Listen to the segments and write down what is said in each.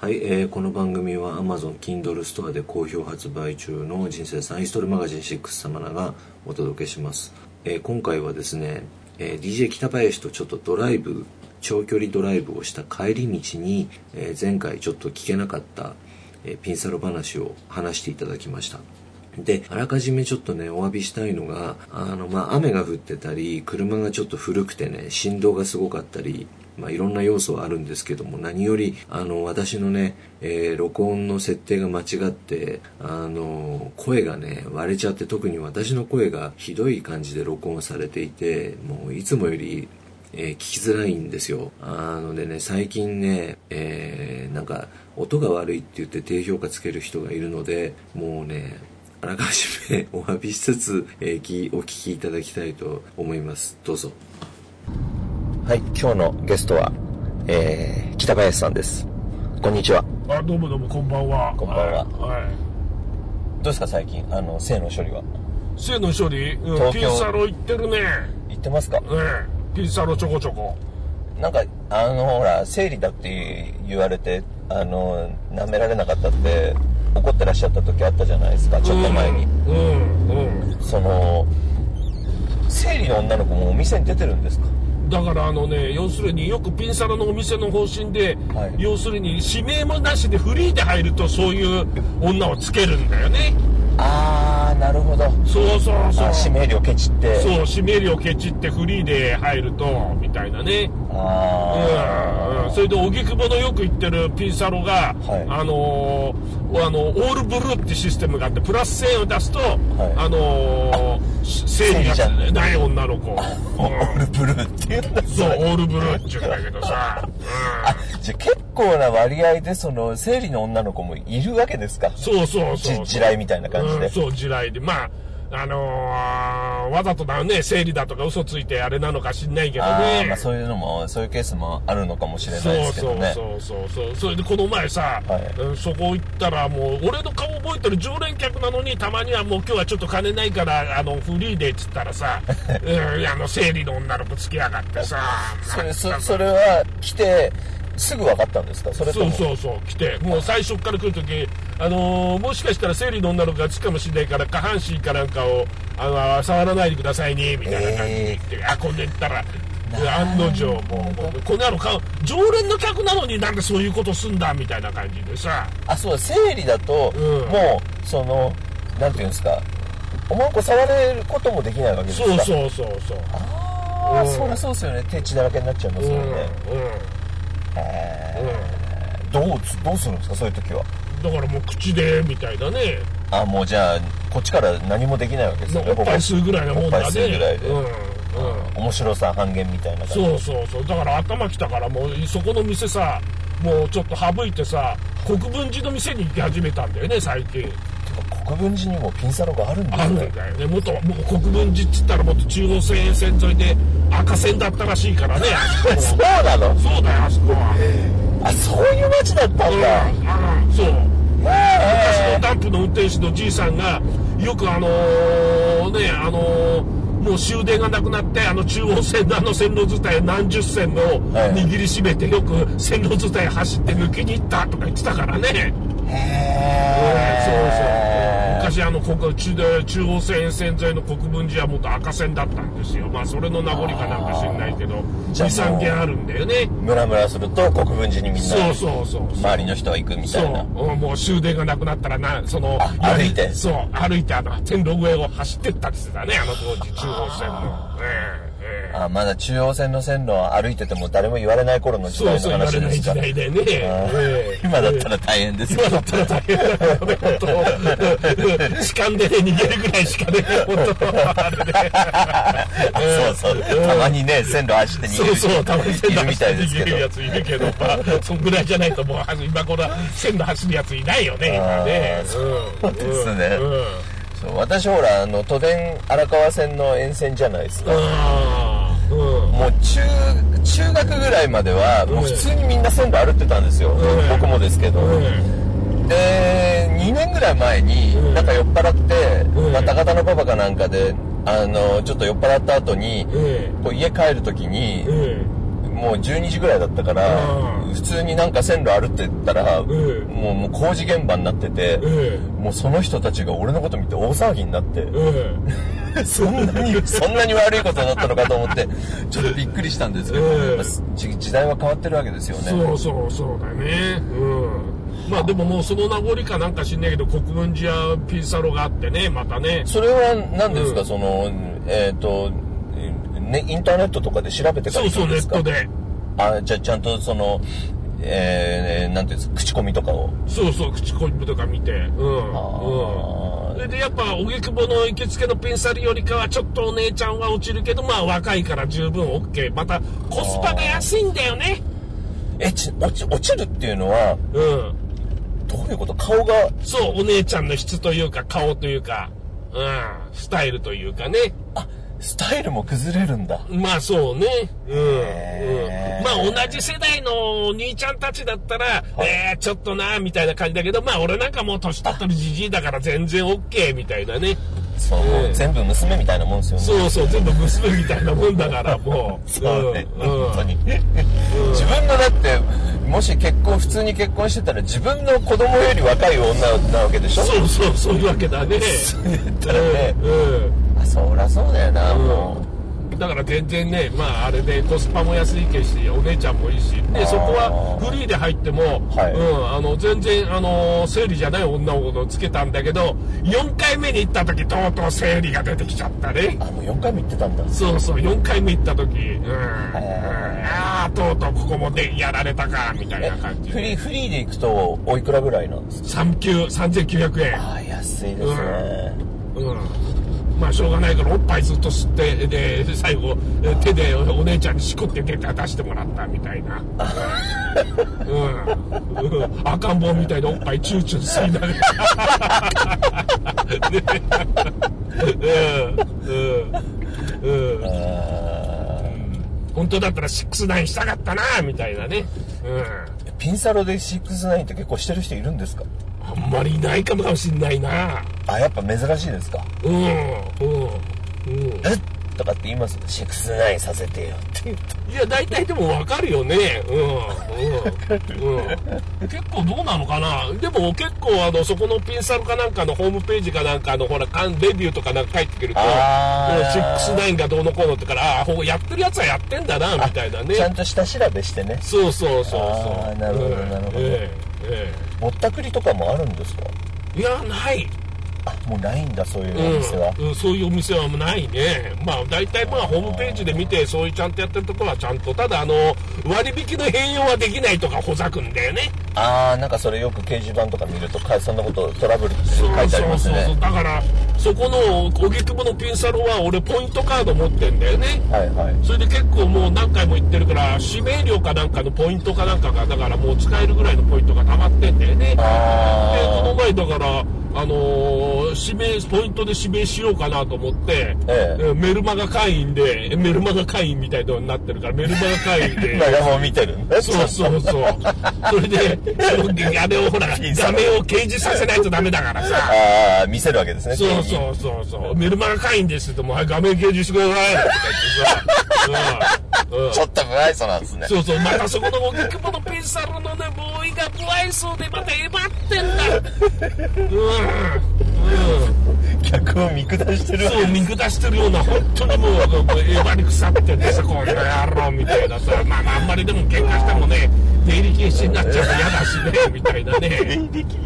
はい、この番組は Amazon Kindle ストアで好評発売中の人生サインストールマガジン6サマナがお届けします。今回はですね、DJ 北林とちょっと長距離ドライブをした帰り道に、前回ちょっと聞けなかった、ピンサロ話を話していただきました。で、あらかじめちょっとね、お詫びしたいのが、雨が降ってたり、車がちょっと古くてね、振動がすごかったり、いろんな要素はあるんですけども、何より私のね、録音の設定が間違って、声がね割れちゃって、特に私の声がひどい感じで録音されていて、もういつもより、聞きづらいんですよ。でね、最近ね、なんか音が悪いって言って低評価つける人がいるので、もうね、あらかじめお詫びしつつ、お聞きいただきたいと思います。どうぞ。はい、今日のゲストは、北林さんです。こんにちは。 どうもこんばんは。 こんばんは。はい。どうですか最近性の処理は？ 性の処理、ピンサロ行ってるね。 行ってますか？ ピンサロちょこちょこ。 なんかほら生理だって言われて舐められなかったって怒ってらっしゃった時あったじゃないですか、ちょっと前に。その生理の女の子もお店に出てるんですか？ だから要するによくピンサロのお店の方針で、要するに指名もなしでフリーで入るとそういう女をつけるんだよね。 なるほど。 そう指名料ケチって。 そう、指名料ケチってフリーで入るとみたいなね。それで荻窪のよく行ってるピンサロが、オールブルーってシステムがあって、プラス1000円を出すと、生理がない女の子。オールブルーって言うんだ。 そう、オールブルーって言うんだけどさ。 じゃあ結構な割合でその生理の女の子もいるわけですか？ そう。 地雷みたいな感じで。 そう、地雷で。わざとだね、生理だとか嘘ついてあれなのか知んないけどね。 そういうケースもあるのかもしれないですけどね。 そう。それでこの前さ、そこ行ったらもう、俺の顔覚えてる常連客なのに、たまにはもう今日はちょっと金ないから、フリーでっつったらさ、生理の女の子つけやがってさ。 それは来て、すぐ分かったんですか？それともそう来て、もう最初から来るとき、もしかしたら生理の女の子がつくかもしれないから、下半身かなんかを触らないでくださいねみたいな感じで言って、こんで言ったら案の定もうこの野郎常連の客なのになんでそういうことすんだみたいな感じでさ。 そう、生理だと、もうなんていうんですか、おまんこ触れることもできないわけですか？ そうそりゃそうですよね。手血だらけになっちゃいますよね。どうするんですかそういう時は？ だからもう口でみたいなね。 もうじゃあこっちから何もできないわけですよね。 おっぱい吸うぐらいのもんだね。おっぱい吸うぐらいで、 面白さ半減みたいな感じ。 そうだから頭きたから、もうそこの店さ、もうちょっと省いてさ、国分寺の店に行き始めたんだよね最近。 国分寺にもピンサロがあるんですね。 あるんだよね。もう国分寺っつったらもっと中央線沿いで赤線だったらしいからね。 そうなの？ そうだよ、あそこは。 そういう街だったんだ。 そう。昔のダンプの運転手のじいさんがよくもう終電がなくなって、中央線の線路伝い何十線の握りしめて、よく線路伝い走って抜けに行ったとか言ってたからね。そう昔中央線沿いの国分寺はもっと赤線だったんですよ。それの名残かなんか知んないけど、2,3 軒あるんだよね。 ムラムラすると国分寺にみんな周りの人は行くみたいな。 もう終電がなくなったら歩いて線路上を走ってったって言ってたね、当時中央線の。 まだ中央線の線路を歩いてても誰も言われない頃の時代の話ですか？ そう言われない時代でね。 今だったら大変ですよ。今だったら大変だけどね、本当。痴漢でね、逃げるぐらいしかね、本当。あれね。 たまにね、線路走って逃げる。 たまに線路走って逃げるやついいるけど、そんぐらいじゃないともう、今この線路走るやついないよね、今ね。 そうですね。私ほら都電荒川線の沿線じゃないですか。もう中学ぐらいまではもう普通にみんな線路歩ってたんですよ。僕もですけど。で2年ぐらい前になんか酔っ払って高田のパパかなんかでちょっと酔っ払った後にこう家帰る時にももう12時ぐらいだったから、普通になんか線路歩ってったら、もう工事現場になってて、もうその人たちが俺のこと見て大騒ぎになって、そんなに悪いことだったのかと思ってちょっとびっくりしたんですけど、時代は変わってるわけですよね。 そうだね。まあでももうその名残かなんか知んないけど、国分寺やピンサロがあってね、またね。 それは何ですか、そのね、インターネットとかで調べてから行くんですか？ そうネットで。 じゃあちゃんとそのなんていうんですか、口コミとかを。 口コミとか見て。それでやっぱ荻窪の行きつけのピンサロよりかはちょっとお姉ちゃんは落ちるけど、まあ若いから十分 OK。またコスパが安いんだよね。 落ちるっていうのは、どういうこと？顔が。 そう、お姉ちゃんの質というか顔というか、スタイルというかね。 スタイルも崩れるんだ。 まあそうね。まあ同じ世代のお兄ちゃんたちだったら、ちょっとなみたいな感じだけど、まあ俺なんかもう年取ってるじじいだから全然 OK みたいなね。 そう、全部娘みたいなもんですよね。 そう、全部娘みたいなもんだからもう。 そうね、本当に。自分のだって、もし普通に結婚してたら自分の子供より若い女なわけでしょ？ そういうわけだね。 そう言ったらね。そりゃそうだよな、もう。 だから全然ね、まああれでコスパも安いけし、お姉ちゃんもいいし、でそこはフリーで入っても、全然生理じゃない女をつけたんだけど、4回目に行った時とうとう生理が出てきちゃったね。 もう4回目行ってたんだ。 そう4回目行った時、とうとうここもでやられたかみたいな感じ。 フリーで行くとおいくらぐらいなんですか ？3900円。 安いですね。 まあしょうがないからおっぱいずっと吸って、で最後手でお姉ちゃんにしこって出してもらったみたいな。赤ん坊みたいでおっぱいチューチュー吸いながら。本当だったら6-9したかったなみたいなね。 ピンサロで6-9って結構してる人いるんですか？ あんまりいないかもしんないな。 やっぱ珍しいですか？とかって言います？ 6-9 させてよって言うと。 いや大体でも分かるよね。結構どうなのかな。でも結構そこのピンサロかなんかのホームページかなんかほらレビューとかなんか書いてくると、6-9がどうのこうのってから、やってるやつはやってんだなみたいなね。 ちゃんと下調べしてね。 そう。 なるほどなるほど。ぼったくりとかもあるんですか？ いやない。 もうないんだ、そういうお店は。 そういうお店はもうないね。まあ大体ホームページで見て、そういうちゃんとやってるところはちゃんと、ただ割引の変容はできないとかほざくんだよね。 なんかそれよく掲示板とか見るとそんなことトラブルって書いてありますね。 だからそこの荻窪のピンサロは俺ポイントカード持ってんだよね。それで結構もう何回も行ってるから、指名料かなんかのポイントかなんかがだからもう使えるぐらいのポイントが溜まってんだよね。でこの前だからポイントで指名しようかなと思って、メルマガ会員みたいなのになってるから、メルマガ会員で。 メルマガを見てるんだ。 そう。それで、あれをほら、画面を掲示させないとダメだからさ。 見せるわけですね。 そう。メルマガ会員ですって、もう画面掲示してください。とか言ってさ。 ちょっと不愛想なんですね。 そう。またそこの荻窪のピンサロのね、ボーイが不愛想でまたえばってんだ。 客を見下してるわけ。 そう、見下してるような、本当にもうえばり腐っててさ、この野郎みたいなさ、まああんまりでも喧嘩してもね、出入り禁止になっちゃうと嫌だしね、みたいなね。 出入り禁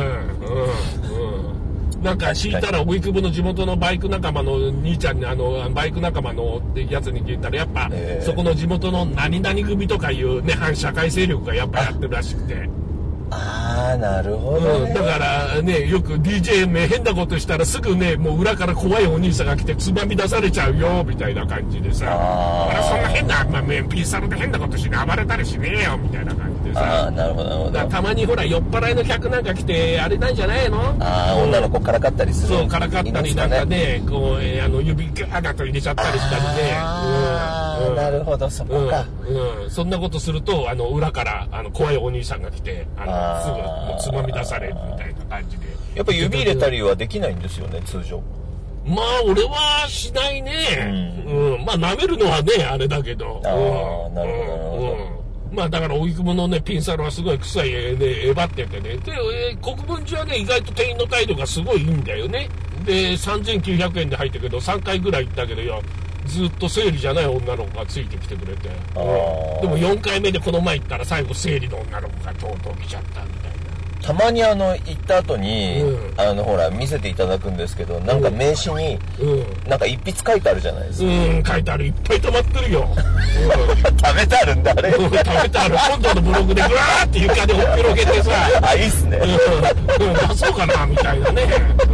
止。 なんか敷いたら荻窪の地元のバイク仲間の兄ちゃんにバイク仲間のやつに聞いたら、やっぱ、そこの地元の何々組とかいうね、反社会勢力がやっぱやってるらしくて。 なるほど、 だからね、よく DJ 変なことしたらすぐね、もう裏から怖いお兄さんが来てつまみ出されちゃうよみたいな感じでさ、俺そんな変な、ピンサロで変なことして暴れたりしねえよみたいな感じでさ。 なるほど。 たまにほら酔っ払いの客なんか来てあれなんじゃないの？ 女の子からかったりする。 そう、からかったりなんかね、こう指ガガッと入れちゃったりしたりね。 なるほど、そこか。 そんなことすると裏から怖いお兄さんが来てすぐもうつまみ出されるみたいな感じで。 やっぱ指入れたりはできないんですよね、通常。 まあ俺はしないね。まあ舐めるのはね、あれだけど。 なるほど。 まあだから荻窪のね、ピンサロはすごい臭いね、えばっててね。で、国分寺はね、意外と店員の態度がすごいいいんだよね。で、3900円で入ったけど、3回ぐらい行ったけどよ、ずっと生理じゃない女の子がついてきてくれて。でも4回目でこの前行ったら最後生理の女の子がとうとう来ちゃったみたいな。 たまに行った後に、ほら、見せていただくんですけど、なんか名刺に、なんか一筆書いてあるじゃないですか。 書いてある。いっぱい溜まってるよ。 食べてあるんだ、あれ。 食べてある。今度のブログでぐわーって床でほっぺろげてさ。 あ、いいっすね。 出そうかな、みたいなね。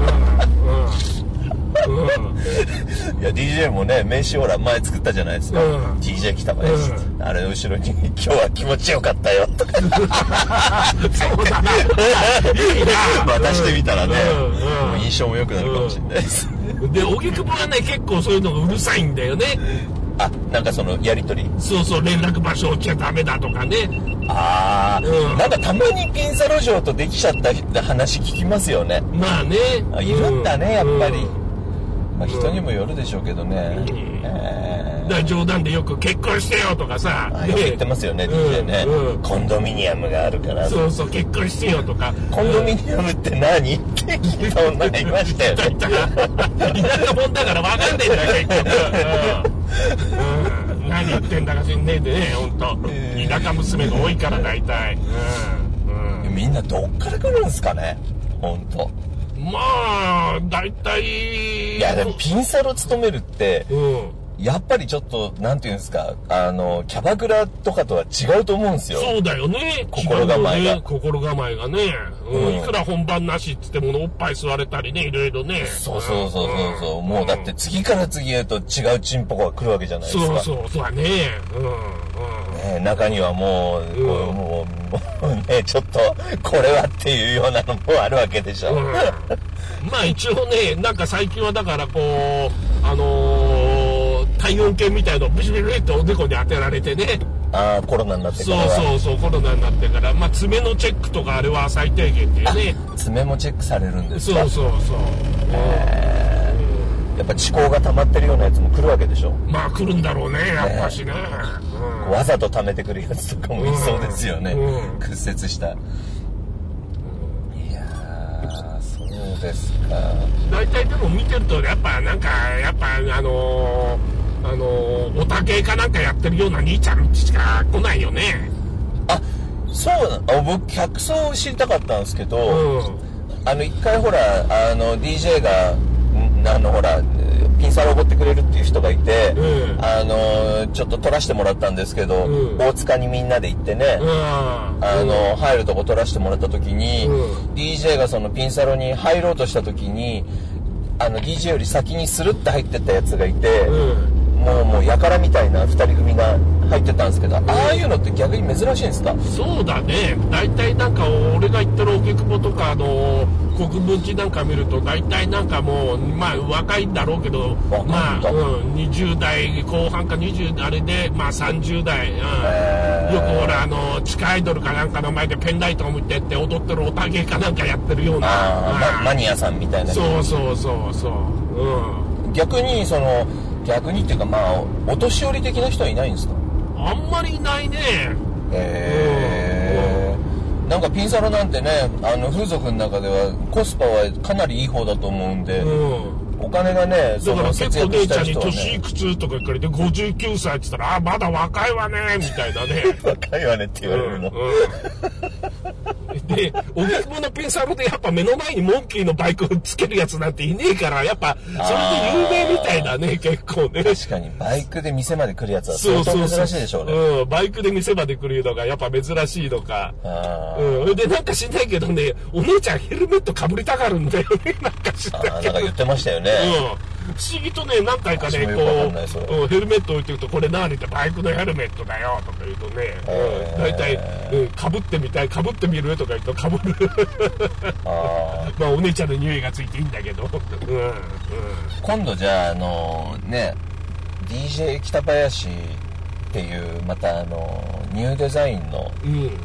いや DJ もね名刺ほら前作ったじゃないですか、DJ 北林、あれの後ろに今日は気持ちよかったよとかそうだな、いいな渡してみたらね、印象も良くなるかもしれないです、 で荻窪はね結構そういうのがうるさいんだよね。 あ、なんかそのやり取り、 そうそう、連絡場所を来ちゃダメだとかね。 なんかたまにピンサロ嬢とできちゃった話聞きますよね。 まあね、 いるんだねやっぱり、まあ、人にもよるでしょうけどね、 だから冗談でよく結婚してよとかさ、 よく言ってますよね、DJ ね、コンドミニアムがあるからそうそう結婚してよとか。 コンドミニアムって何って聞いた女がいましたよね。 田舎者だから分かんねえんだよ結局。何言ってんだか知んねえでね、本当。田舎娘が多いから大体。 みんなどっから来るんですかね、本当。 まあ大体。 いやでもピンサロ勤めるって、やっぱりちょっとなんていうんですか、キャバクラとかとは違うと思うんですよ。 そうだよね。 心構えが。 心構えがね。いくら本番なしっつってもおっぱい吸われたりね、いろいろね。 そう。もうだって次から次へと違うチンポコが来るわけじゃないですか。 そうだね。 ね、中にはもうね、ちょっとこれはっていうようなのもあるわけでしょ。 まあ一応ね、なんか最近はだからこう体温計みたいのをブシブシっておでこに当てられてね。 コロナになってからは。 そうコロナになってから、まあ爪のチェックとかあれは最低限でね。 爪もチェックされるんですか。 そう。 やっぱ痴孔が溜まってるようなやつも来るわけでしょ。 まあ来るんだろうね、やっぱしね。 わざと溜めてくるやつとかもいそうですよね。屈折した。いやー、そうですか。 大体でも見てるとやっぱおたけかなんかやってるような兄ちゃんしか来ないよね。 そうなの。僕客層を知りたかったんですけど、一回ほらDJ がほらピンサロおごってくれるっていう人がいて、ちょっと撮らせてもらったんですけど、大塚にみんなで行ってね、入るとこ撮らせてもらった時に、DJ がそのピンサロに入ろうとした時にDJ より先にスルッと入ってったやつがいて、もうやからみたいな2人組が入ってたんですけど、ああいうのって逆に珍しいんですか。 そうだね、大体なんか俺が行ってる荻窪とか国分寺なんか見ると大体なんかもうまあ若いんだろうけど、まあ、20代後半か20代あれでまあ30代、よくほら地下アイドルかなんかの前でペンライトを向いてって踊ってるおたげかなんかやってるような、 マニアさんみたいな。 そう、 逆にっていうかまあお年寄り的な人はいないんですか。 あんまりいないね。 なんかピンサロなんてね、風俗の中ではコスパはかなりいい方だと思うんで、お金がね、 だから結構姉ちゃんにね、 年いくつとか言われて59歳って言ったら、まだ若いわねみたいなね。 若いわねって言われるの。 で、荻窪のピンサロでやっぱ目の前にモンキーのバイクつけるやつなんていねえから、やっぱそれで有名みたいだね、結構ね。 確かにバイクで店まで来るやつは相当珍しいでしょうね。 バイクで店まで来るのがやっぱ珍しいのか。で、なんか知んないけどね、お姉ちゃんヘルメットかぶりたがるんだよね、なんか知んないけど。 なんか言ってましたよね。 不思議とね、何回かね、こう、ヘルメット置いてると、これ何ってバイクのヘルメットだよとか言うとね、大体、かぶってみたい、かぶってみるとか言うとかぶる。まあ、お姉ちゃんの匂いがついていいんだけど。 今度じゃあ、ね、DJ 北林っていう、またニューデザインの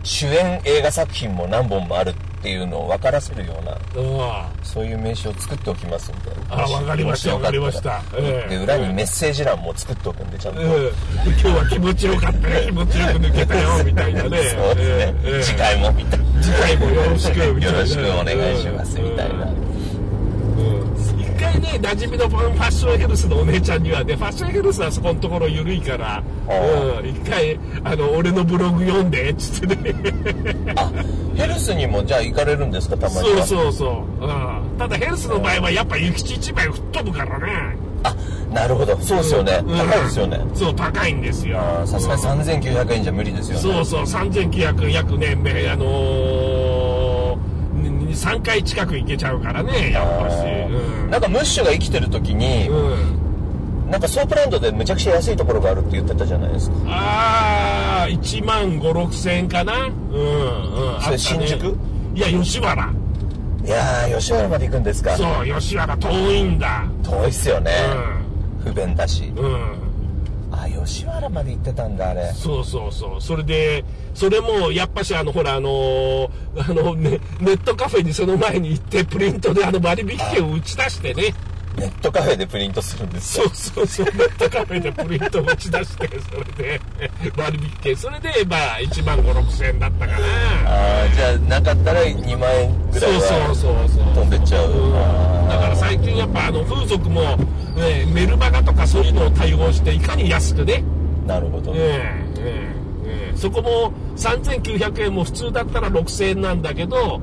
主演映画作品も何本もあるっていうのを分からせるような、そういう名刺を作っておきますんで。 わかりましたわかりました。 で裏にメッセージ欄も作っておくんでちゃんと。 今日は気持ちよかったよ気持ちよく抜けたよみたいなね。 そうですね。次回もみたいな。 次回もよろしくみたいな。 よろしくお願いしますみたいな。 一回ね、馴染みのファッションヘルスのお姉ちゃんにはね、ファッションヘルスはそこのところ緩いから、一回俺のブログ読んでっつってね。 あ、ヘルスにもじゃあ行かれるんですか、たまには。 そう、ただヘルスの場合はやっぱ諭吉一枚吹っ飛ぶからね。 あ、なるほど、そうですよね、高いですよね。 そう、高いんですよ。 さすがに3900円じゃ無理ですよね。 そう3900約ね、3回近く行けちゃうからね、やっぱし。 なんかムッシュが生きてる時に、なんかソープランドでむちゃくちゃ安いところがあるって言ってたじゃないですか。 1万5、6千円かな。 それ新宿？ いや、吉原。 いやー、吉原まで行くんですか。 そう、吉原遠いんだ。 遠いっすよね。不便だし。吉原まで行ってたんだ、あれ。 そう。それで、それも、やっぱしほら、ネットカフェにその前に行って、プリントで割引券を打ち出してね。 ネットカフェでプリントするんですか。 そう、ネットカフェでプリントを打ち出して、それで、割引券。それで、1万5、6千円だったかな。 じゃあ、なかったら2万円ぐらいはそう飛んでっちゃう。 だから最近やっぱ風俗も、メルマガとかそういうのを対応していかに安くね。 なるほど。 そこも3900円も普通だったら6000円なんだけど、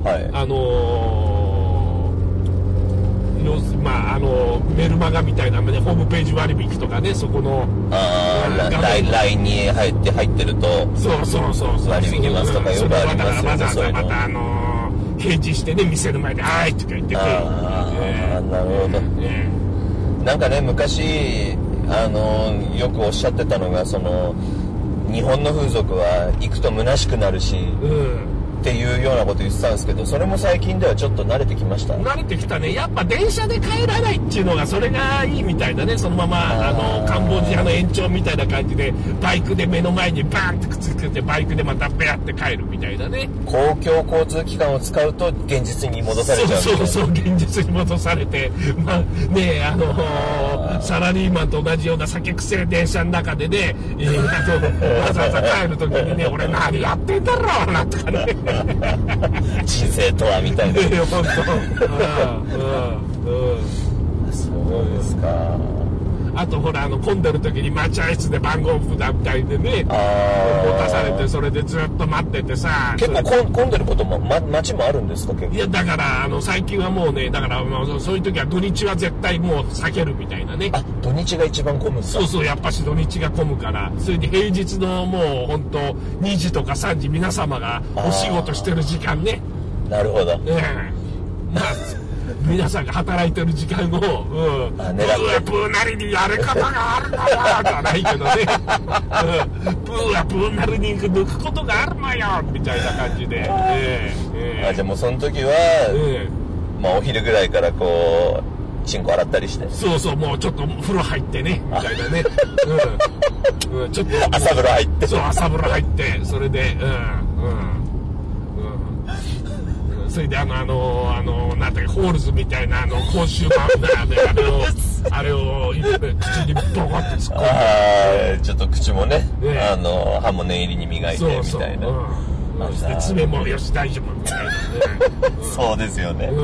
メルマガみたいな、ね、ホームページ割引とかね、そこの LINE に入ってるとそう割引ますとかよくありますよね。 わざわざまた掲示してね、店の前で「あーい」とか言ってくる。 なるほど。なんかね、昔よくおっしゃってたのが、日本の風俗は行くと虚しくなるし、っていうようなこと言ってたんですけど、それも最近ではちょっと慣れてきました。 慣れてきたね。やっぱ電車で帰らないっていうのがそれがいいみたいだね。そのままカンボジアの延長みたいな感じでバイクで目の前にバーンってくっつけて、バイクでまたベアって帰るみたいだね。 公共交通機関を使うと現実に戻されちゃう。 そう現実に戻されて、サラリーマンと同じような酒癖い電車の中でね、わざわざ帰る時にね、俺何やってんだろうなとかね。 人生とはみたいな。 本当。 そうですか。 あとほら混んでる時に待合室で番号札みたいでね、持たされて、それでずっと待っててさ。 結構混んでることも街もあるんですか。結構。 いやだから最近はもうね、だからそういう時は土日は絶対もう避けるみたいなね。 土日が一番混むんですか。 そう、やっぱし土日が混むから。それで平日のもう本当2時とか3時、皆様がお仕事してる時間ね。 なるほど。 皆さんが働いてる時間を、ブーなりにやることがあるのよじゃないけどね、ブーなりに抜くことがあるのよみたいな感じで、 じゃあもうその時は、お昼ぐらいからこうチンコ洗ったりして。 そう、もうちょっと風呂入ってねみたいなね、ちょっと朝風呂入って。 そう、朝風呂入って、それでそれでなんだっけ、ホールズみたいな公衆マンナーであれを口にボコッと突っ込んで、 ちょっと口もね、歯も念入りに磨いてみたいな。 爪もよし大丈夫みたいな。 そうですよね。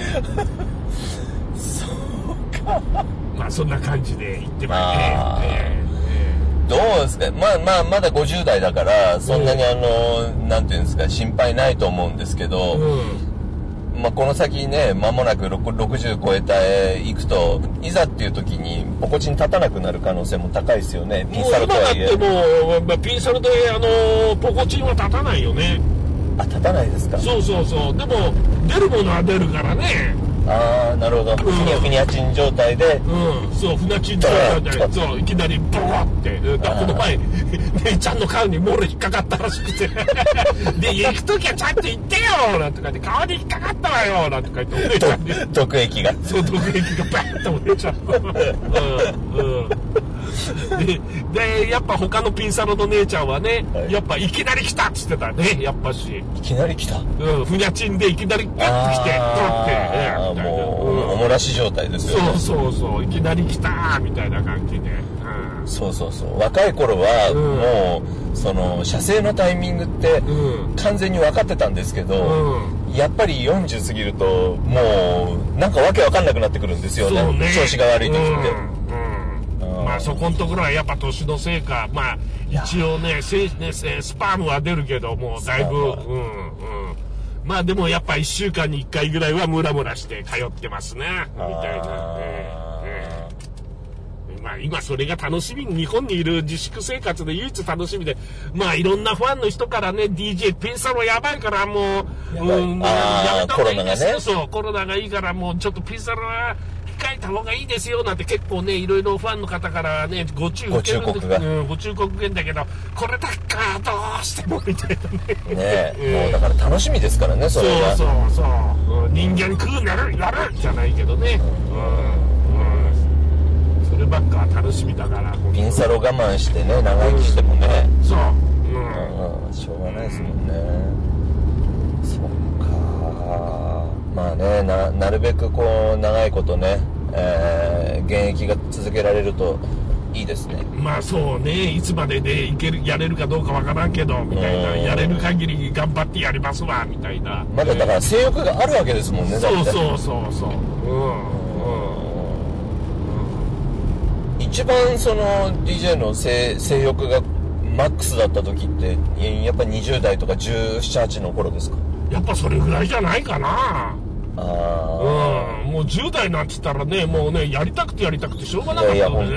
そうか。そんな感じで言ってまいね。 どうですか。まだ50代だからそんなになんていうんですか、心配ないと思うんですけど、この先ね、間もなく60超えた行くと、いざっていう時にポコチン立たなくなる可能性も高いですよね。ピンサロとはいえ。 もう今だってもうピンサロでポコチンは立たないよね。 立たないですか。 そう。でも出るものは出るからね。 なるほど。ふにゃちん状態で。 そう、ふにゃちん状態で、そう、いきなりボコって。この前、姉ちゃんの顔にモロ引っかかったらしくて。で、行くときはちゃんと言ってよなんとか言って、顔に引っかかったわよなんとか言って、お姉ちゃんに。 毒液が。 そう、毒液がバーッとお姉ちゃん。 でやっぱ他のピンサロの姉ちゃんはね、はい、やっぱいきなり来たっつってたね、やっぱし。 いきなり来た？ ふにゃちんでいきなりガッと来て、ドって、 もう、おもらし状態ですよね。 そう、いきなり来たみたいな感じで。 そう。若い頃は、もう、その、射精のタイミングって、完全に分かってたんですけど、やっぱり40過ぎると、もう、なんかわけわかんなくなってくるんですよね。調子が悪い時って。 まあそこのところはやっぱ年のせいか、まあ一応ね、スパームは出るけども、だいぶ、まあでもやっぱ1週間に1回ぐらいはムラムラして通ってますね、みたいな。まあ今それが楽しみに、日本にいる自粛生活で唯一楽しみで、まあいろんなファンの人からね、DJ ピンサロやばいからもう、やめた方がいいですよ。そう、コロナがいいからもうちょっとピンサロは控えた方がいいですよなんて結構ね、いろいろファンの方からね、ご注意受けるんで、ご忠告んだけど、これだっかどうしてもみたいなね。 もうだから楽しみですからね、それが。 そう、人間食うなるやるじゃないけどね。そればっかは楽しみだから。 ピンサロ我慢してね、長生きしてもね。 そう。 しょうがないですもんね。そっか。まあね、なるべくこう長いことね、現役が続けられるといいですね。 まあそうね、いつまででやれるかどうかわからんけどみたいな、やれる限り頑張ってやりますわみたいな。 まだだから性欲があるわけですもんね。 そう。 一番その DJ の性欲がマックスだった時ってやっぱ20代とか17、8の頃ですか？ やっぱそれぐらいじゃないかな。もう10代なんて言ったらね、もうね、やりたくてしょうがなかったね。 いや本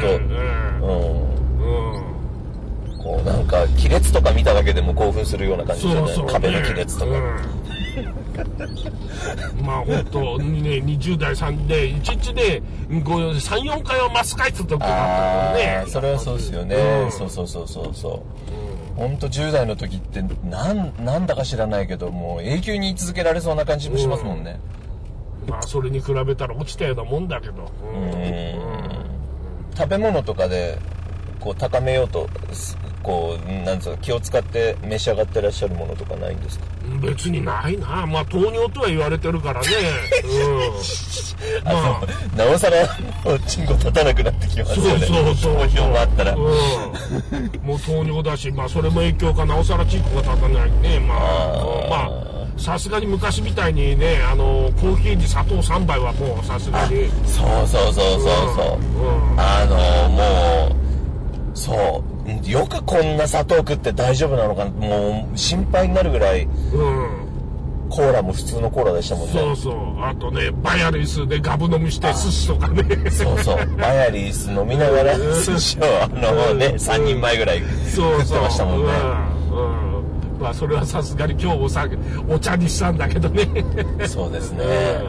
当。こうなんか亀裂とか見ただけでも興奮するような感じじゃない？壁の亀裂とか。 まあ本当ね、20代3で1日で3、4回はマスカイツとかあったもんね。 それはそうですよね。そう。本当10代の時ってなんだか知らないけど、もう永久に続けられそうな感じもしますもんね。 まあそれに比べたら落ちたようなもんだけど。 食べ物とかでこう高めようとこうなんつうか気を使って召し上がってらっしゃるものとかないんですか？ 別にないな。まあ糖尿とは言われてるからね。 なおさらチンコ立たなくなってきますよね。そう糖尿もあったら。もう糖尿だし、まあそれも影響か、なおさらチンコが立たないね。まあさすがに昔みたいにね、コーヒーに砂糖3杯はもうさすがに。 そう。もうそうよくこんな砂糖食って大丈夫なのか、もう心配になるぐらい、コーラも普通のコーラでしたもんね。 そうあとね、バヤリスでガブ飲みして寿司とかね。 そうバヤリス飲みながら寿司を3人前ぐらい食ってましたもんね。 まあそれはさすがに今日お茶にしたんだけどね。 そうですね。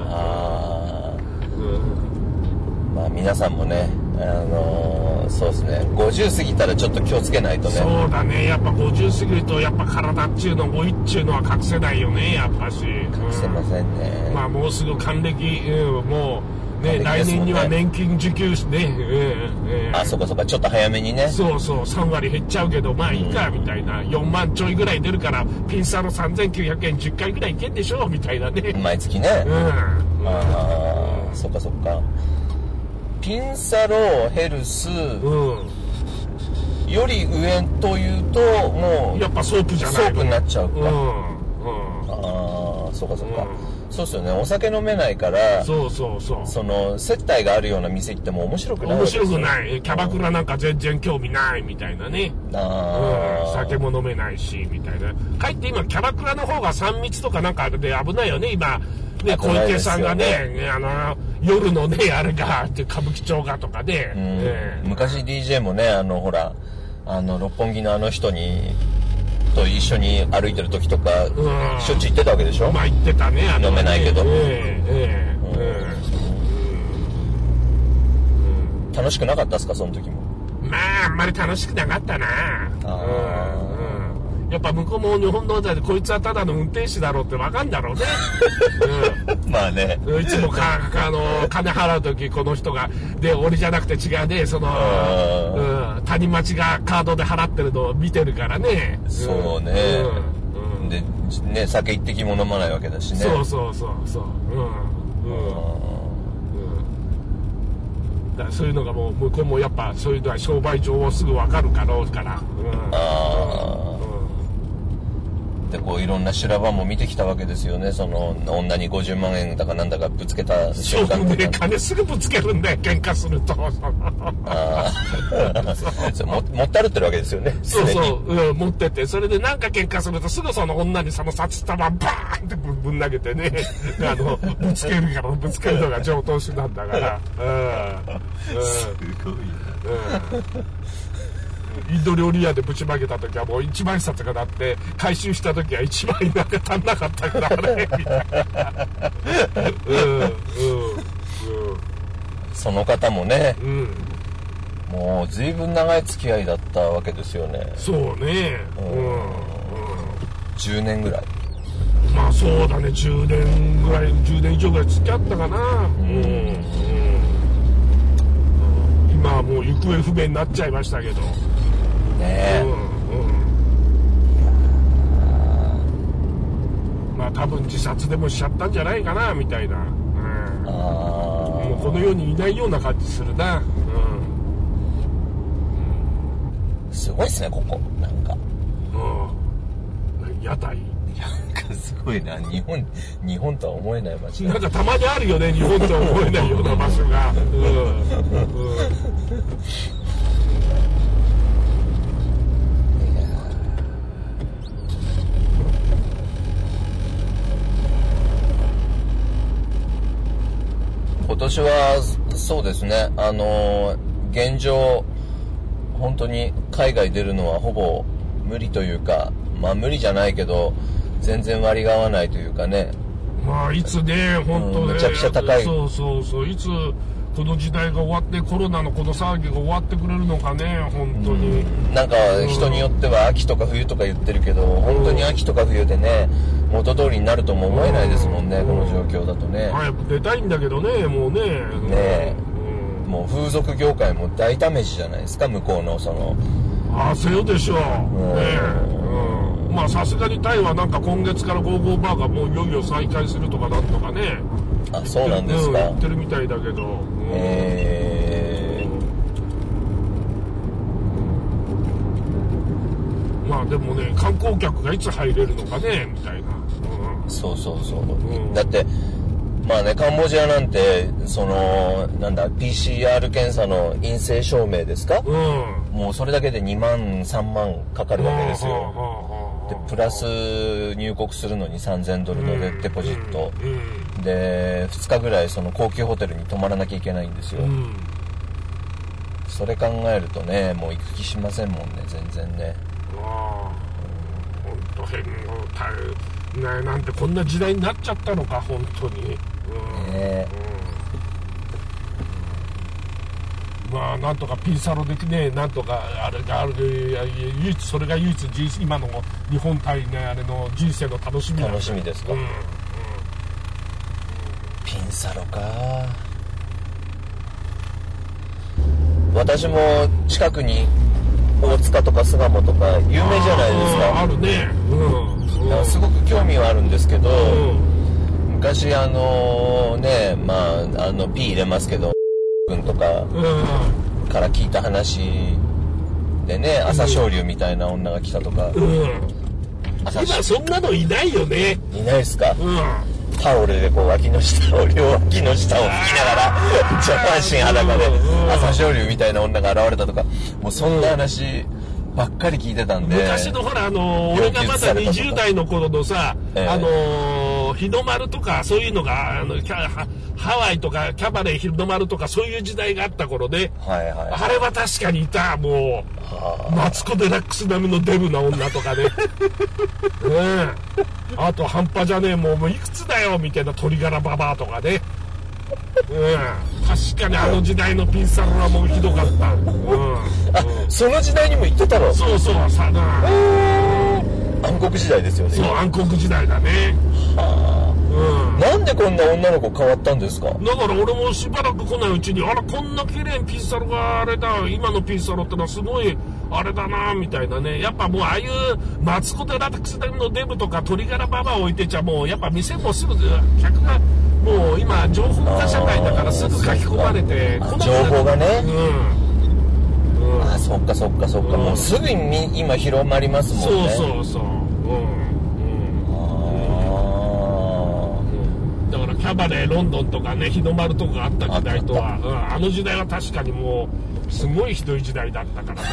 まあ皆さんもね、そうですね、50過ぎたらちょっと気をつけないとね。 そうだね、やっぱ50過ぎるとやっぱ体っちゅうの老いっちゅうのは隠せないよね、やっぱし。 隠せませんね。 まあもうすぐ還暦、もうね、来年には年金受給して、 そうか、ちょっと早めにね。 そう3割減っちゃうけど、まあいいかみたいな、4万ちょいぐらい出るからピンサロ3900円10回ぐらいいけんでしょみたいなね。 毎月ね。そっか。ピンサロヘルスより上というともうやっぱソープじゃないの？ ソープになっちゃうか。そうか。そうですよね。お酒飲めないから、 そうその接待があるような店行っても面白くないですよ。 面白くない。キャバクラなんか全然興味ないみたいなね。酒も飲めないしみたいな。かえって今キャバクラの方が3密とかなんかで危ないよね今。ね、小池さんがね、夜のね、あれが、歌舞伎町がとかね。 昔 DJ もね、ほら、六本木のあの人と一緒に歩いてる時とか、しょっちゅう行ってたわけでしょ？ まあ行ってたね、 飲めないけど。楽しくなかったですか、その時も？ まあ、あんまり楽しくなかったな。 やっぱ向こうも日本のでこいつはただの運転手だろうって分かんだろうね、 まあね、 いつも金払う時この人がで俺じゃなくて違うね、その、谷町がカードで払ってるのを見てるからね。 そうね、でね、酒一滴も飲まないわけだしね。 そうそう、だからそういうのがもう向こうもやっぱそういうのは商売上はすぐ分かるかろうから、でこういろんな修羅場も見てきたわけですよね。その女に50万円だかなんだかぶつけた瞬間そうね、金すぐぶつけるんだよ、喧嘩すると。 持って歩ってるわけですよね。 そう、持ってて、それでなんか喧嘩するとすぐその女にその札束バーンってぶん投げてね、ぶつけるから、ぶつけるのが上等手段だから。 すごいな。 インド料理屋でぶちまけた時はもう一万円札が鳴って回収した時は1万円なんか足んなかったからねみたいな。 その方もね、もう随分長い付き合いだったわけですよね。 そうね、 10年ぐらい。 まあそうだね、10年以上ぐらい付き合ったかな。今はもう行方不明になっちゃいましたけどね、 まあ多分自殺でもしちゃったんじゃないかなみたいな、もうこの世にいないような感じするな。 すごいっすね、ここなんか、 屋台なんかすごいな。日本とは思えない街なんかたまにあるよね、日本とは思えないような場所が。 今年はそうですね、現状本当に海外出るのはほぼ無理というか、まあ無理じゃないけど全然割が合わないというかね。 まあいつね、本当ね、 めちゃくちゃ高い。 そういつこの時代が終わってコロナのこの騒ぎが終わってくれるのかね、本当に。 なんか人によっては秋とか冬とか言ってるけど、本当に秋とか冬でね元通りになるとも思えないですもんね、この状況だとね。 早く出たいんだけどね、もうね。 もう風俗業界も大ダメージじゃないですか、向こうのその。 せよでしょう。まあさすがにタイはなんか今月からゴーゴーバーがもういよいよ再開するとかなんとかね。 そうなんですか。 言ってるみたいだけど。まあでもね、観光客がいつ入れるのかねみたいな。 そう、だってまあね、カンボジアなんてそのなんだ PCR 検査の陰性証明ですか、もうそれだけで2万3万かかるわけですよ。でプラス入国するのに$3000のデポジット、で2日ぐらいその高級ホテルに泊まらなきゃいけないんですよ。それ考えるとね、もう行く気しませんもんね、全然ね。 本当変ね、なんてこんな時代になっちゃったのか、本当に。まあなんとかピンサロでね、なんとかあれがある、唯一それが唯一今の日本対ね、あれの人生の楽しみなんだ。 楽しみですか。ピンサロか。私も近くに大塚とか巣鴨とか有名じゃないですか。 あるね。 だからすごく興味はあるんですけど、昔ね、まあP 入れますけど君とかから聞いた話でね、朝青龍みたいな女が来たとか。 今そんなのいないよね。 いないですか。タオルでこう脇の下を両脇の下を拭きながら上半身裸で朝青龍みたいな女が現れたとか、もうそんな話ばっかり聞いてたんで。 昔のほら俺がまだ20代の頃のさ、日の丸とかそういうのがハワイとかキャバレー日の丸とかそういう時代があった頃ね、あれは確かにいた。もうマツコ・デラックス並みのデブな女とかねあと半端じゃねえ、もういくつだよみたいな鶏ガラババアとかね。確かにあの時代のピンサロはもうひどかった。 その時代にも行ってたの。 そうさな。 暗黒時代ですよね。 そう暗黒時代だね。 なんでこんな女の子変わったんですか？ だから俺もしばらく来ないうちに、あらこんな綺麗にピンサロがあれだ、今のピンサロってのはすごいあれだなみたいなね。やっぱもうああいうマツコ・デラックスのデブとか鶏ガラババア置いてちゃ、もうやっぱ店もすぐ客がもう今情報化社会だからすぐ書き込まれて、 情報がね、あ、そっかそっかそっか、もうすぐに今広まりますもんね。 そうそう、だからキャバレーロンドンとかね、日の丸とかあった時代とは、あの時代は確かにもうすごいひどい時代だったからね。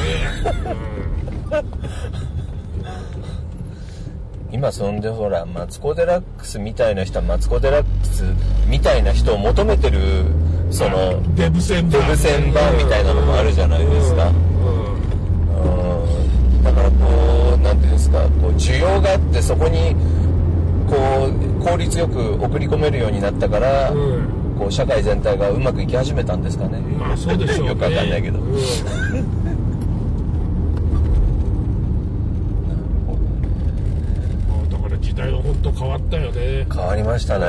今そんでほらマツコ・デラックスみたいな人はマツコ・デラックスみたいな人を求めてるそのデブ戦版みたいなのもあるじゃないですか。だからこうなんていうんですか、こう需要があってそこにこう効率よく送り込めるようになったから、こう社会全体がうまくいき始めたんですかね。 まあそうでしょうね。 よくわかんないけど。 だから時代は本当変わったよね。 変わりましたね。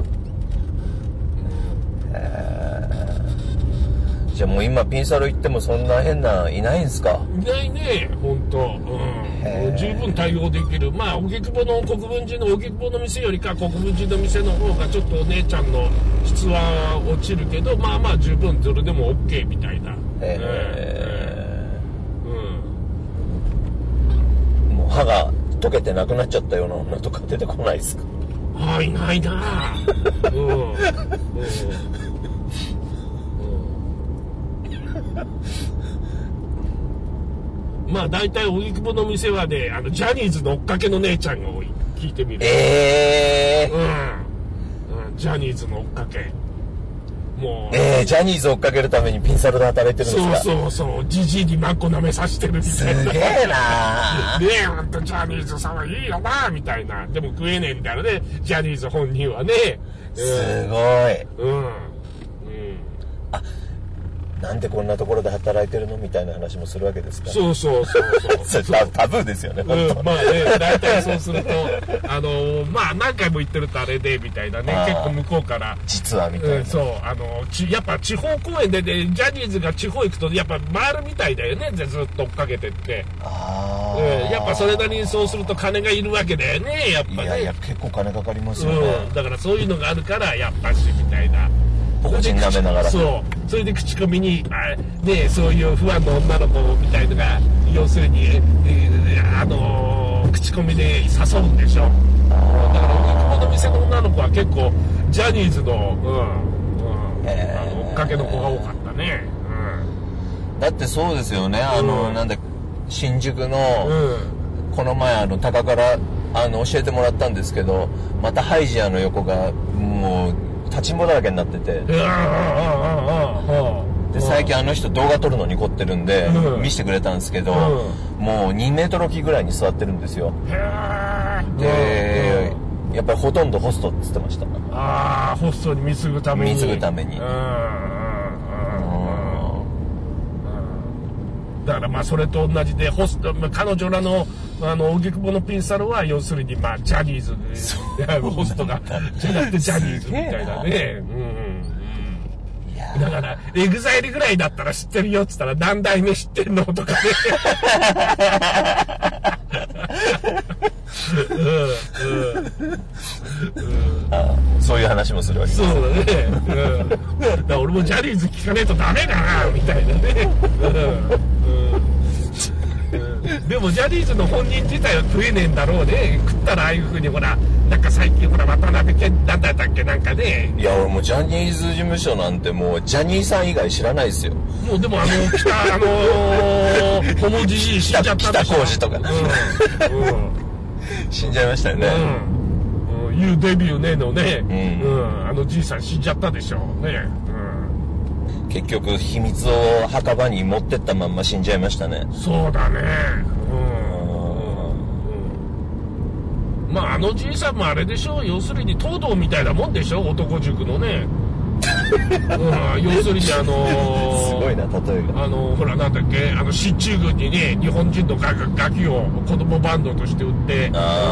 じゃあもう今ピンサロ行ってもそんな変ないないんですか？ いないね、本当。十分対応できる。まあ荻窪の国分寺の荻窪の店よりか国分寺の店の方がちょっとお姉ちゃんの質は落ちるけど、まあまあ十分それでも OK みたいな。 もう歯が溶けてなくなっちゃったような女とか出てこないですか？ ああ、いないな。まあ大体荻窪の店はね、ジャニーズの追っかけの姉ちゃんが多い。聞いてみる。ジャニーズの追っかけ。もう。 ジャニーズ追っかけるためにピンサロで働いてるんですか？ そうジジイにマッコ舐めさせてるみたいな。 すげえなねえ、ほんとジャニーズさんはいいよなみたいな。でも食えねえみたいなね、ジャニーズ本人はね。 すごい。なんでこんなところで働いてるのみたいな話もするわけですか？ そうそれタブーですよね。 まあね、大体そうするとまあ何回も言ってるとあれでみたいなね、結構向こうから実はみたいな、 そうやっぱ地方公演でね、ジャニーズが地方行くとやっぱ回るみたいだよね、ずっと追っかけてって、やっぱそれなりにそうすると金がいるわけだよね、やっぱね。 いや結構金かかりますよね、 だからそういうのがあるからやっぱしみたいな。 個人舐めながら、 それで口コミにね、そういう不安の女の子みたいのが要するに、口コミで誘うんでしょ。だから荻窪の店の女の子は結構ジャニーズの追っかけの子が多かったね。 だってそうですよね、なんだ新宿の、この前高から教えてもらったんですけど、またハイジアの横がもう立ちんぼだらけになってて、で最近人動画撮るのに凝ってるんで、見せてくれたんですけど、もう2メートル置きぐらいに座ってるんですよ。でやっぱりほとんどホストって言ってました。 ホストに貢ぐために。だからまあそれと同じで彼女らの荻窪のピンサロは要するにまあジャニーズホストがじゃなくてジャニーズみたいなね。だからエグザイルぐらいだったら知ってるよっつったら何代目知ってんのとかね。 そういう話もするわけです。 そうだね。だから俺もジャニーズ聞かねえとダメだなみたいなね。でもジャニーズの本人自体は食えねえんだろうね。食ったらああいう風にほらなんか最近ほら渡辺謙なんだったっけなんかね。 いや俺もうジャニーズ事務所なんてもうジャニーさん以外知らないですよ。 もうでもホモじじい死んじゃったでしょ。 北浩二とか、死んじゃいましたよね。 いうデビューねのね、じいさん死んじゃったでしょね。 結局秘密を墓場に持ってったまんま死んじゃいましたね。 そうだね。まあじいさんもあれでしょ、要するに東堂みたいなもんでしょ、男塾のね。 要するにすごいな例えが。 ほらなんだっけ、進駐軍にね日本人のガキを子供バンドとして売って、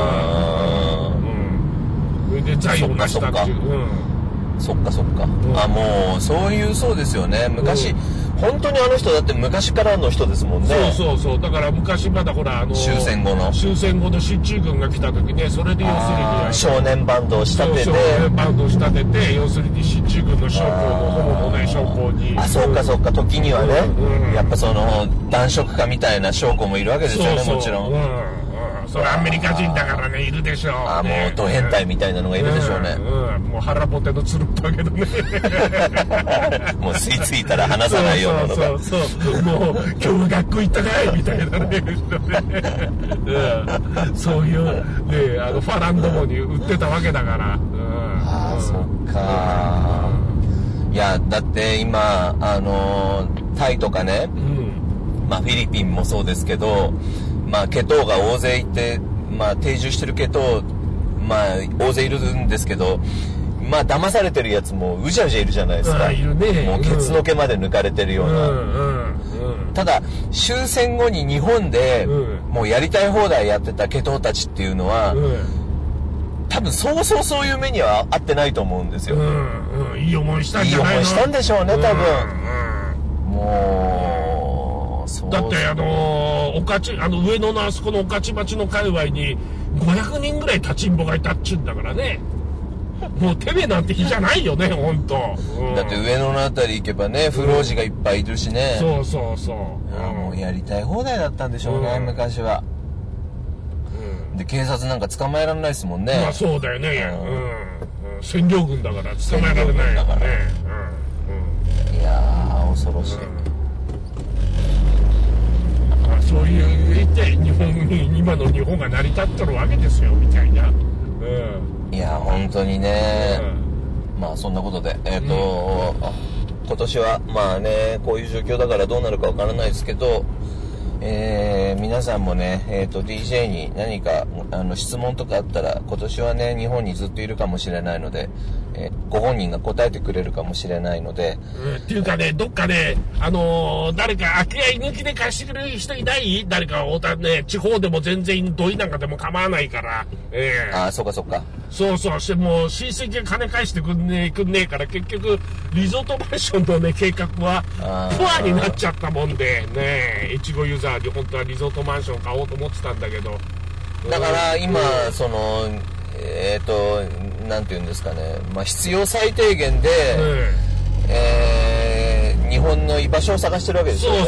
それで財を成したっていう。 そっか、もうそうですよね。昔、本当にあの人だって昔からの人ですもんね。 そうだから昔まだほら終戦後の進駐軍が来た時ね、それで要するに少年バンドを仕立てて、 要するに進駐軍の将校のホモのね将校に、 そうか時にはね、やっぱその男色家みたいな将校もいるわけですよね。もちろんそれアメリカ人だからねいるでしょう。 もうド変態みたいなのがいるでしょうね。 もう腹ポテのつるっぱけどねもう吸い付いたら離さないようなのが、 そうもう今日学校行ったかいみたいなねそういうねファランドモに売ってたわけだから。 そっか。いやだって今タイとかね、フィリピンもそうですけど、ケトウが大勢いて、定住してるケトウ、大勢いるんですけど、騙されてるやつもうじゃうじゃいるじゃないですか。 いるね。 もうケツの毛まで抜かれてるような。ただ終戦後に日本で、もうやりたい放題やってたケトウたちっていうのは、多分そういう目には合ってないと思うんですよ。 いい思いしたんじゃないの？ いい思いしたんでしょうね、多分。もう。 だって上野のあそこの御徒町の界隈に500人ぐらい立ちんぼがいたっちゅうんだからね。もうてめえなんて日じゃないよね本当。 だって上野のあたり行けばね、不老児がいっぱいいるしね。 そう。 もうやりたい放題だったんでしょうね、昔は。で警察なんか捕まえられないですもんね。 そうだよね。占領軍だから捕まえられないよね。 いや恐ろしい。 そういう言って今の日本が成り立ってるわけですよみたいな。 いや本当にね。そんなことで今年はこういう状況だからどうなるかわからないですけど、皆さんもね、DJ に何か質問とかあったら、今年はね日本にずっといるかもしれないので、ご本人が答えてくれるかもしれないので、 っていうかね、どっかね誰か空き家居抜きで貸してくれる人いない？誰か地方でも全然土井なんかでも構わないから。 そうかそうしてもう親戚が金返してくんねえから、結局リゾートマンションのね計画はプアになっちゃったもんでね、越後ユーザーに本当はリゾートマンション買おうと思ってたんだけど、 だから今そのなんていうんですかね、必要最低限で、日本の居場所を探してるわけですよね。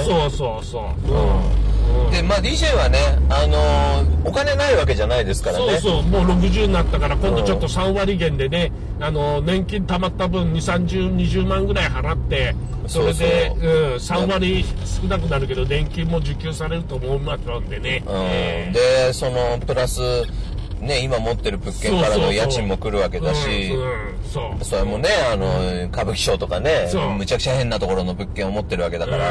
でDJ はねお金ないわけじゃないですからね。 もう60になったから今度ちょっと3割減でね、年金貯まった分20万ぐらい払って、それで3割少なくなるけど年金も受給されると思いますのでね。 でそのプラスね、今持ってる物件からの家賃も来るわけだし、それもね歌舞伎町とかね、むちゃくちゃ変なところの物件を持ってるわけだから、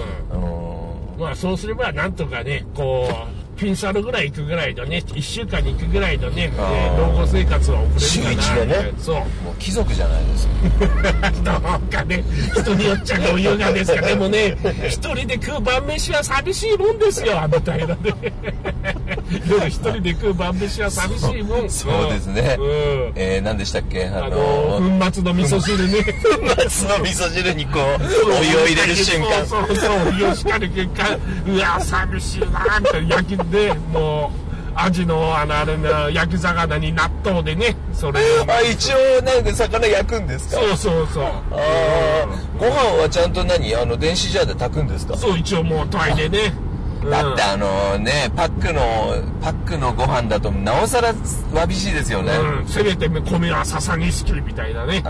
そうすればなんとかねピンサロぐらい行くぐらいのね、1週間に行くぐらいのね老後生活は送れるかな。 週1でね。もう貴族じゃないですか。 どうかね、人によっちゃ余裕がですか。でもね一人で食う晩飯は寂しいもんですよみたいなね。夜一人で食う晩飯は寂しいもん。 そうですね。何でしたっけ、 粉末の味噌汁ね。 粉末の味噌汁にこうお湯を入れる瞬間、 お湯をしかる瞬間、うわ寂しいなみたいな。焼きでもうアジの焼き魚に納豆でね、それ一応なんか魚焼くんですか？ そうご飯はちゃんと電子ジャーで炊くんですか？ 一応もう炊いてね。 だってパックのご飯だとなおさらわびしいですよね。 せめて米は笹錦みたいなね。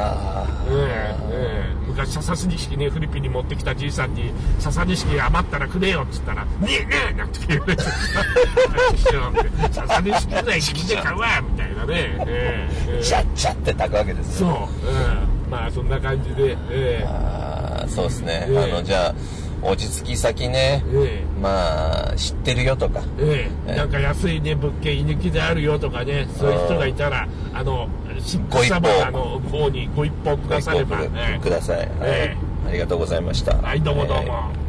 昔笹錦ね、フィリピンに持ってきたじいさんに笹錦余ったらくれよっつったら「ねえなんて言われて笹錦ぐらい聞いて買うわみたいなね。 チャッチャって炊くわけですよ。 そんな感じで。 そうですね。じゃあ落ち着き先ね、まあ知ってるよとか、 なんか安いね物件居抜きであるよとかね、そういう人がいたらシックスサマナの方にご一報くだされば、 ください、ありがとうございました。 はい、どうもどうも。